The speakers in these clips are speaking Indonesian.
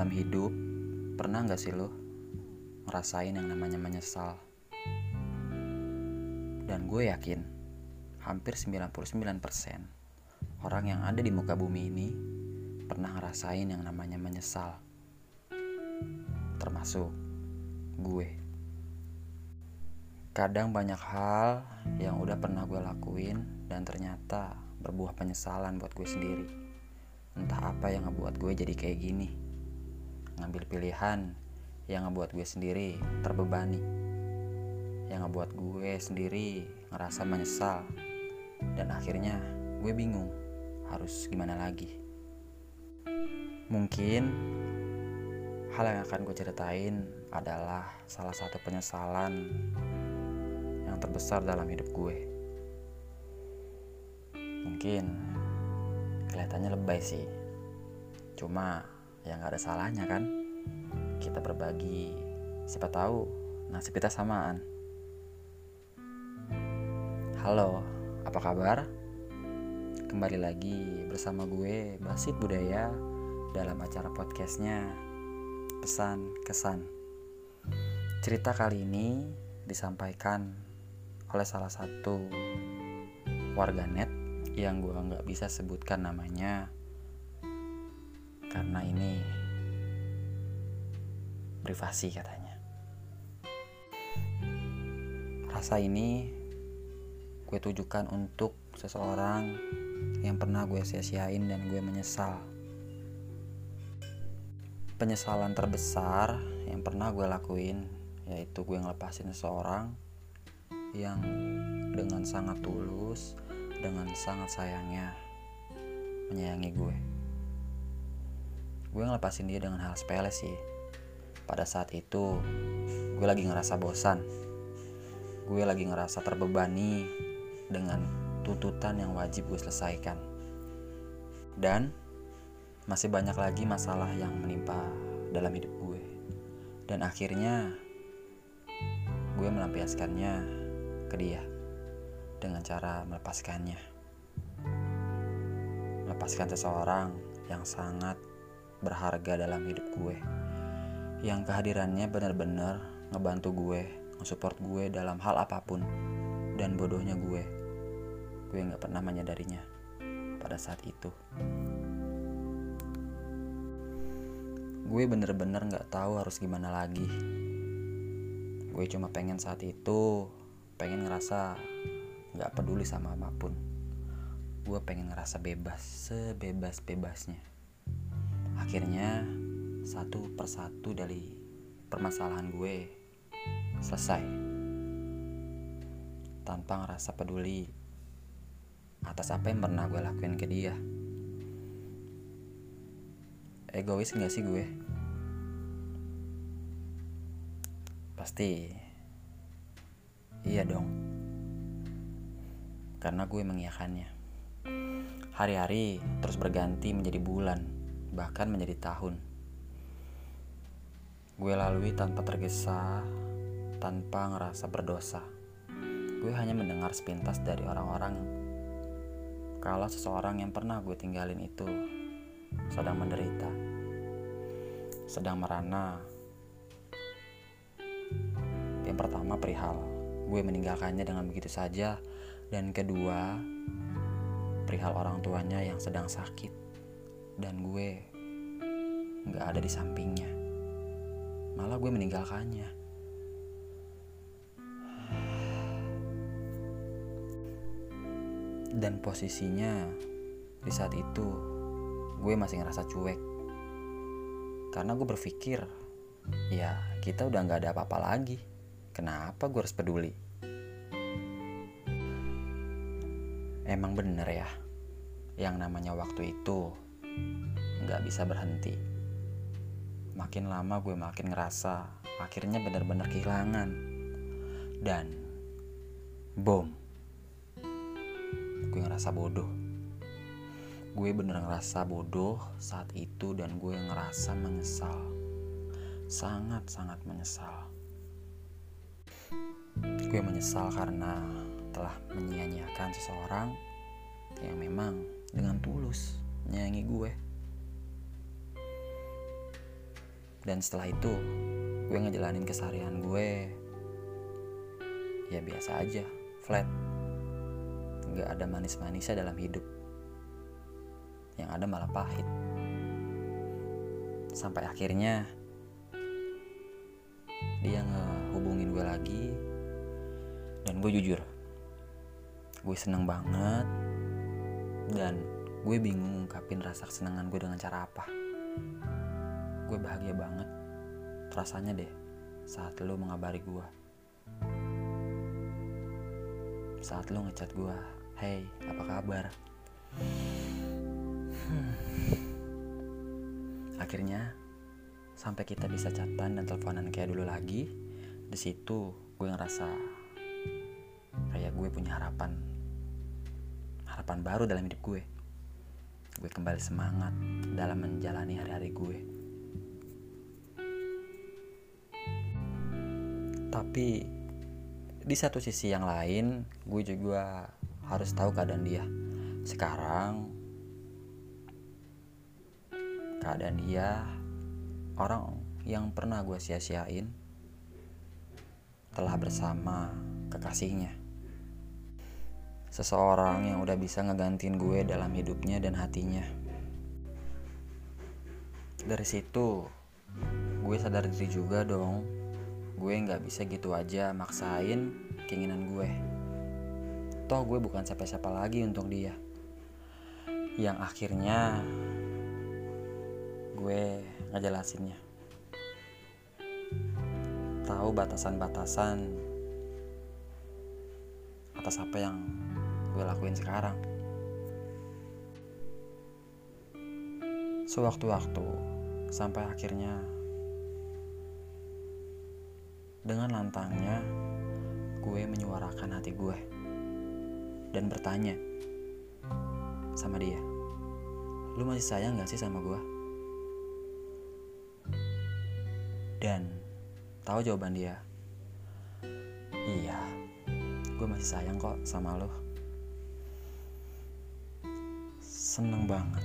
Dalam hidup, pernah gak sih lo ngerasain yang namanya menyesal? Dan gue yakin, hampir 99% orang yang ada di muka bumi ini pernah ngerasain yang namanya menyesal. Termasuk gue. Kadang banyak hal yang udah pernah gue lakuin dan ternyata berbuah penyesalan buat gue sendiri. Entah apa yang ngebuat gue jadi kayak gini. Ngambil pilihan yang ngebuat gue sendiri terbebani, yang ngebuat gue sendiri ngerasa menyesal, dan akhirnya gue bingung harus gimana lagi. Mungkin hal yang akan gue ceritain adalah salah satu penyesalan yang terbesar dalam hidup gue. Mungkin kelihatannya lebay sih, cuma ya gak ada salahnya kan kita berbagi, siapa tahu nasib kita samaan. Halo, apa kabar? Kembali lagi bersama gue Basit Budaya dalam acara podcastnya Pesan Kesan. Cerita kali ini disampaikan oleh salah satu warganet yang gue gak bisa sebutkan namanya karena ini privasi katanya. Rasa ini gue tujukan untuk seseorang yang pernah gue sia-siain dan gue menyesal. Penyesalan terbesar yang pernah gue lakuin yaitu gue ngelepasin seseorang yang dengan sangat tulus, dengan sangat sayangnya menyayangi gue. Gue ngelepasin dia dengan hal sepele sih. Pada saat itu gue lagi ngerasa bosan. Gue lagi ngerasa terbebani dengan tuntutan yang wajib gue selesaikan. Dan masih banyak lagi masalah yang menimpa dalam hidup gue. Dan akhirnya gue melampiaskannya ke dia dengan cara melepaskannya. Melepaskan seseorang yang sangat berharga dalam hidup gue, yang kehadirannya benar-benar ngebantu gue, nge-support gue dalam hal apapun. Dan bodohnya gue gak pernah menyadarinya pada saat itu. Gue bener-bener gak tahu harus gimana lagi. Gue cuma pengen saat itu, pengen ngerasa gak peduli sama apapun. Gue pengen ngerasa bebas, sebebas-bebasnya. Akhirnya satu persatu dari permasalahan gue selesai tanpa ngerasa peduli atas apa yang pernah gue lakuin ke dia. Egois gak sih gue? Pasti iya dong, karena gue mengiyakannya. Hari-hari terus berganti menjadi bulan, bahkan menjadi tahun. Gue lalui tanpa tergesa, tanpa ngerasa berdosa. Gue hanya mendengar sepintas dari orang-orang kalau seseorang yang pernah gue tinggalin itu sedang menderita, sedang merana. Yang pertama perihal gue meninggalkannya dengan begitu saja, dan kedua perihal orang tuanya yang sedang sakit dan gue gak ada di sampingnya, malah gue meninggalkannya. Dan posisinya di saat itu gue masih ngerasa cuek, karena gue berpikir ya kita udah gak ada apa-apa lagi, kenapa gue harus peduli. Emang bener ya, yang namanya waktu itu gak bisa berhenti. Makin lama gue makin ngerasa akhirnya bener-bener kehilangan. Dan boom, gue ngerasa bodoh. Gue bener ngerasa bodoh saat itu, dan gue ngerasa menyesal. Sangat-sangat menyesal. Gue menyesal karena telah menyia-nyiakan seseorang yang memang dengan tulus menyayangi gue. Dan setelah itu gue ngejalanin keseharian gue ya biasa aja, flat. Gak ada manis-manisnya dalam hidup, yang ada malah pahit. Sampai akhirnya dia ngehubungin gue lagi. Dan gue jujur, gue seneng banget. Dan gue bingung ngungkapin rasa kesenangan gue dengan cara apa. Gue bahagia banget rasanya deh saat lo mengabari gue, saat lo ngechat gue, "Hey, apa kabar?" Akhirnya sampai kita bisa chatan dan teleponan kayak dulu lagi. Di situ gue ngerasa kayak gue punya harapan baru dalam hidup gue. Gue kembali semangat dalam menjalani hari-hari gue. Tapi di satu sisi yang lain, gue juga harus tahu keadaan dia. Sekarang keadaan dia, orang yang pernah gue sia-siain, telah bersama kekasihnya. Seseorang yang udah bisa ngegantiin gue dalam hidupnya dan hatinya. Dari situ gue sadar diri juga dong. Gue gak bisa gitu aja maksain keinginan gue. Toh gue bukan siapa-siapa lagi untuk dia. Yang akhirnya gue ngejelasinnya, tahu batasan-batasan atas apa yang gue lakuin sekarang. Sewaktu-waktu sampai akhirnya dengan lantangnya gue menyuarakan hati gue dan bertanya sama dia, "Lu masih sayang gak sih sama gue?" Dan tahu jawaban dia, "Iya, gue masih sayang kok sama lo." Seneng banget.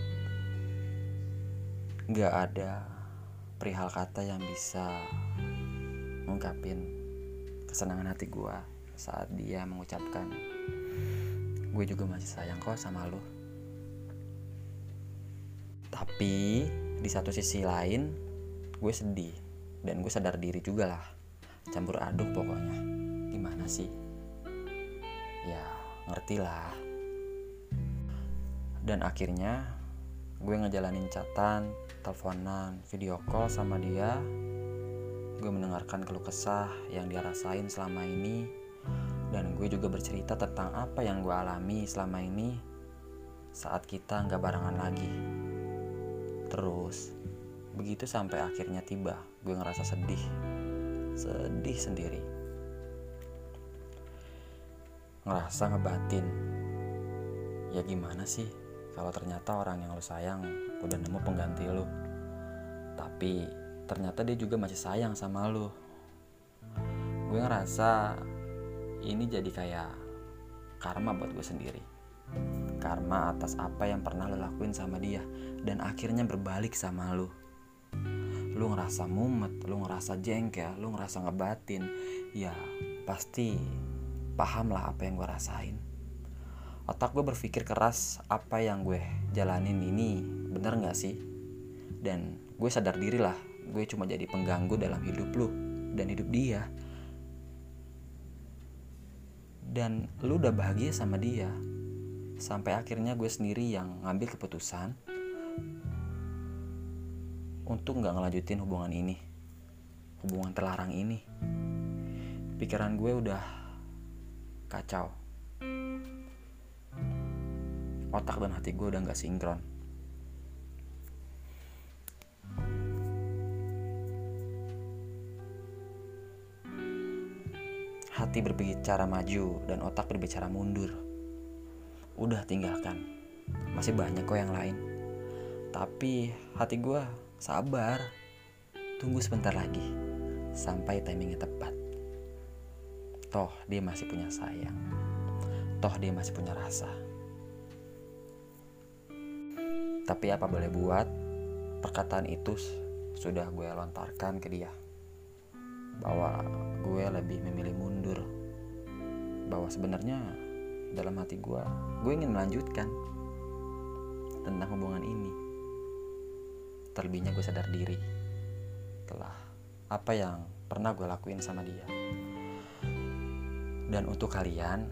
Gak ada perihal kata yang bisa ngungkapin kesenangan hati gue saat dia mengucapkan, "Gue juga masih sayang kok sama lo." Tapi di satu sisi lain gue sedih. Dan gue sadar diri juga lah. Campur aduk pokoknya. Gimana sih? Ya ngerti lah. Dan akhirnya gue ngejalanin chatan, teleponan, video call sama dia. Gue mendengarkan keluh kesah yang dia rasain selama ini. Dan gue juga bercerita tentang apa yang gue alami selama ini saat kita gak barengan lagi. Terus begitu sampai akhirnya tiba, gue ngerasa sedih sendiri. Ngerasa ngebatin. Ya gimana sih kalau ternyata orang yang lo sayang udah nemu pengganti lo. Tapi ternyata dia juga masih sayang sama lo. Gue ngerasa ini jadi kayak karma buat gue sendiri. Karma atas apa yang pernah lo lakuin sama dia dan akhirnya berbalik sama lo. Lu ngerasa mumet, lu ngerasa jengkel, lu ngerasa ngebatin. Ya pasti paham lah apa yang gue rasain. Otak gue berpikir keras, apa yang gue jalanin ini bener gak sih? Dan gue sadar diri lah, gue cuma jadi pengganggu dalam hidup lu dan hidup dia. Dan lu udah bahagia sama dia. Sampai akhirnya gue sendiri yang ngambil keputusan untuk gak ngelanjutin hubungan ini, hubungan terlarang ini. Pikiran gue udah kacau. Otak dan hati gue udah gak sinkron. Hati berbicara maju dan otak berbicara mundur. Udah tinggalkan, masih banyak kok yang lain. Tapi hati gue sabar, tunggu sebentar lagi sampai timingnya tepat. Toh dia masih punya sayang, toh dia masih punya rasa. Tapi apa boleh buat, perkataan itu sudah gue lontarkan ke dia bahwa gue lebih memilih mundur, bahwa sebenarnya dalam hati gue ingin melanjutkan tentang hubungan ini. Terlebihnya gue sadar diri telah apa yang pernah gue lakuin sama dia. Dan untuk kalian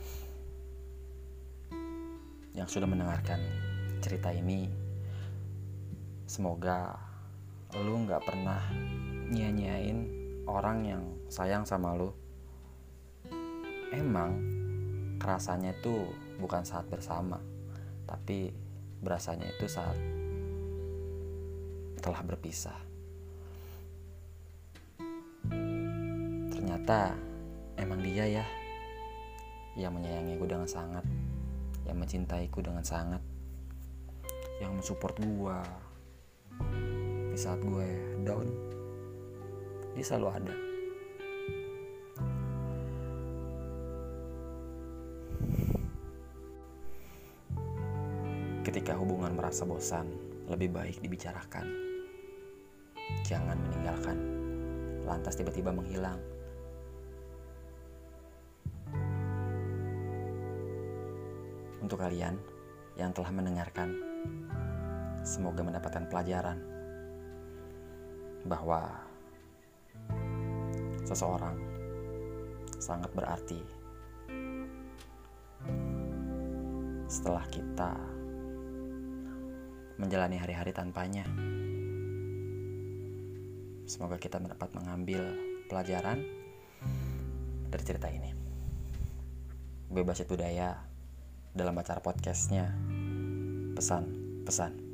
yang sudah mendengarkan cerita ini, semoga lu gak pernah nyia-nyiain orang yang sayang sama lu. Emang kerasanya itu bukan saat bersama, tapi berasanya itu saat telah berpisah. Ternyata emang dia ya yang menyayangiku dengan sangat, yang mencintaiku dengan sangat, yang mensupport gue di saat gue down. Dia selalu ada. Ketika hubungan merasa bosan, lebih baik dibicarakan. Jangan meninggalkan, lantas tiba-tiba menghilang. Untuk kalian yang telah mendengarkan, semoga mendapatkan pelajaran bahwa seseorang sangat berarti setelah kita menjalani hari-hari tanpanya. Semoga kita dapat mengambil pelajaran dari cerita ini. Gue Basit Budaya dalam acara podcastnya Pesan-Pesan.